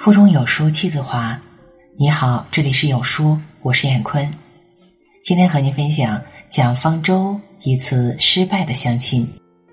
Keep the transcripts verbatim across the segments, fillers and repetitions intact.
腹中有书气自华。你好，这里是有书，我是燕坤。今天和您分享蒋方舟一次失败的相亲。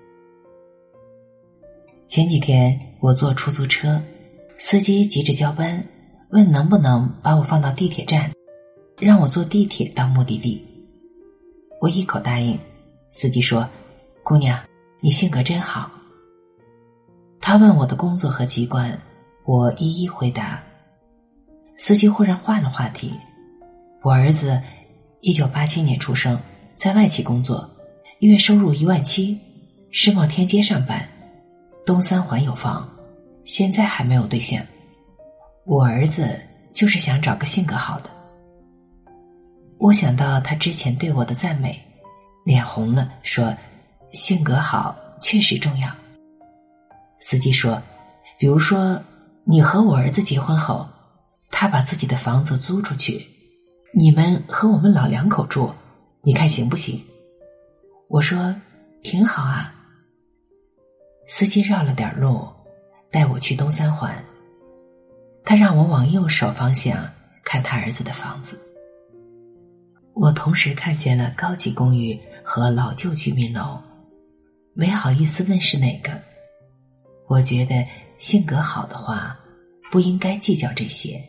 前几天我坐出租车，司机急着交班，问能不能把我放到地铁站，让我坐地铁到目的地。我一口答应。司机说，姑娘，你性格真好。他问我的工作和籍贯，我一一回答。司机忽然换了话题，我儿子一九八七年出生，在外企工作，月收入一万七，世贸天阶上班，东三环有房，现在还没有对象。我儿子就是想找个性格好的。我想到他之前对我的赞美，脸红了，说性格好确实重要。司机说，比如说你和我儿子结婚后，他把自己的房子租出去，你们和我们老两口住，你看行不行？我说挺好啊。司机绕了点路，带我去东三环，他让我往右手方向看他儿子的房子。我同时看见了高级公寓和老旧居民楼，没好意思问是哪个。我觉得性格好的话，不应该计较这些。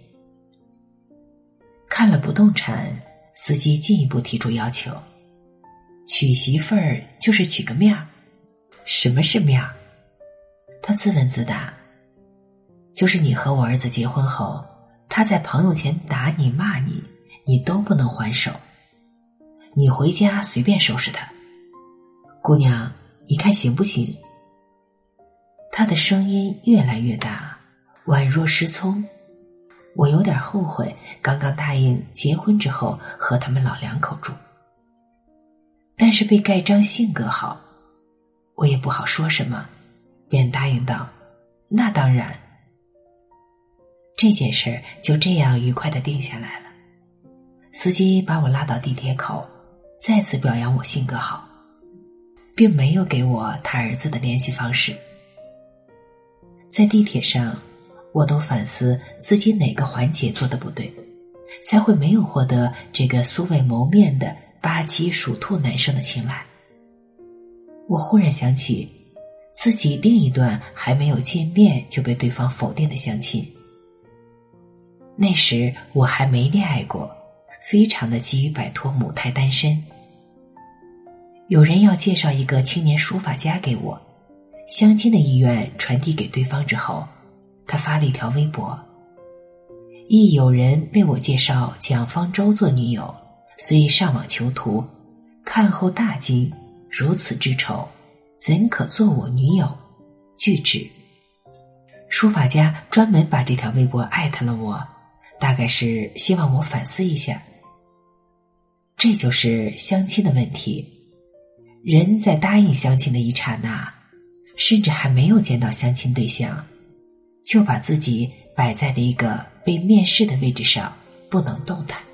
看了不动产，司机进一步提出要求，娶媳妇儿就是娶个面儿。什么是面儿？他自问自答，就是你和我儿子结婚后，他在朋友前打你骂你，你都不能还手，你回家随便收拾他。姑娘，你看行不行？他的声音越来越大，宛若失聪。我有点后悔刚刚答应结婚之后和他们老两口住，但是被盖章性格好，我也不好说什么，便答应道，那当然。这件事就这样愉快地定下来了。司机把我拉到地铁口，再次表扬我性格好，并没有给我他儿子的联系方式。在地铁上，我都反思自己哪个环节做得不对，才会没有获得这个素未谋面的八七属兔男生的青睐。我忽然想起自己另一段还没有见面就被对方否定的相亲。那时我还没恋爱过，非常的急于摆脱母胎单身。有人要介绍一个青年书法家给我，相亲的意愿传递给对方之后，他发了一条微博，亦有人为我介绍蒋方舟做女友，虽上网求图，看后大惊，如此之丑，怎可做我女友？拒之。书法家专门把这条微博艾特了我，大概是希望我反思一下。这就是相亲的问题，人在答应相亲的一刹那，甚至还没有见到相亲对象，就把自己摆在了一个被面试的位置上，不能动弹。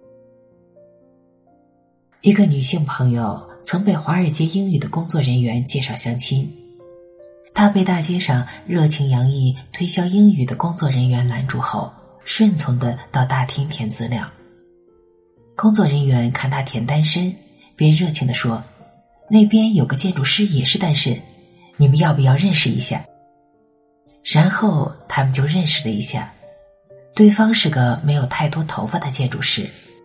一个女性朋友曾被华尔街英语的工作人员介绍相亲，她被大街上热情洋溢推销英语的工作人员拦住后，顺从地到大厅填资料。工作人员看她填单身，便热情地说，那边有个建筑师也是单身，你们要不要认识一下？然后他们就认识了一下，对方是个没有太多头发的建筑师。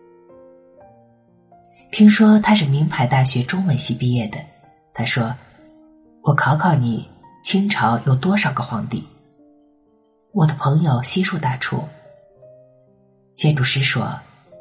听说他是名牌大学中文系毕业的，他说，我考考你，清朝有多少个皇帝？我的朋友悉数打出。建筑师说，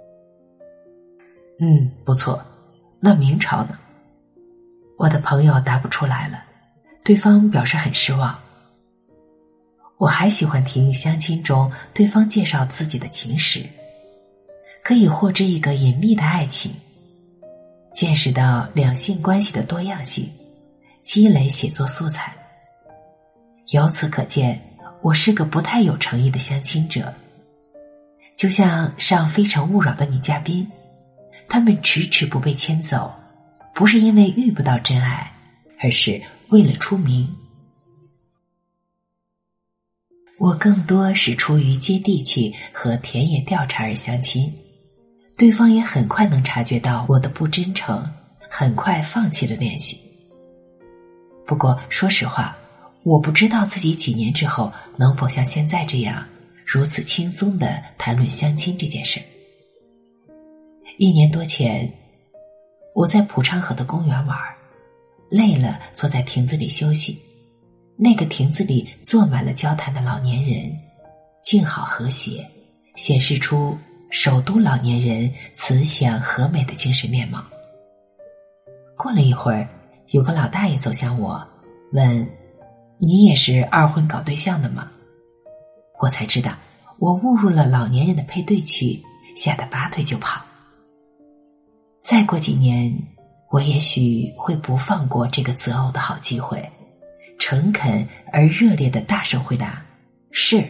嗯，不错，那明朝呢？我的朋友答不出来了，对方表示很失望。我还喜欢听相亲中对方介绍自己的情史，可以获知一个隐秘的爱情，见识到两性关系的多样性，积累写作素材。由此可见，我是个不太有诚意的相亲者。就像上《非诚勿扰》的女嘉宾，她们迟迟不被牵走，不是因为遇不到真爱，而是为了出名。 我更多是出于接地气和田野调查而相亲，对方也很快能察觉到我的不真诚，很快放弃了联系。不过说实话，我不知道自己几年之后能否像现在这样如此轻松地谈论相亲这件事。一年多前，我在蒲昌河的公园玩，累了坐在亭子里休息。那个亭子里坐满了交谈的老年人，静好和谐，显示出首都老年人慈祥和美的精神面貌。过了一会儿，有个老大爷走向我，问：你也是二婚搞对象的吗？我才知道我误入了老年人的配对区，吓得拔腿就跑。再过几年，我也许会不放过这个择偶的好机会，诚恳而热烈地大声回答：是。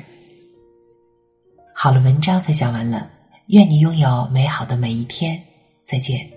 好了，文章分享完了，愿你拥有美好的每一天，再见。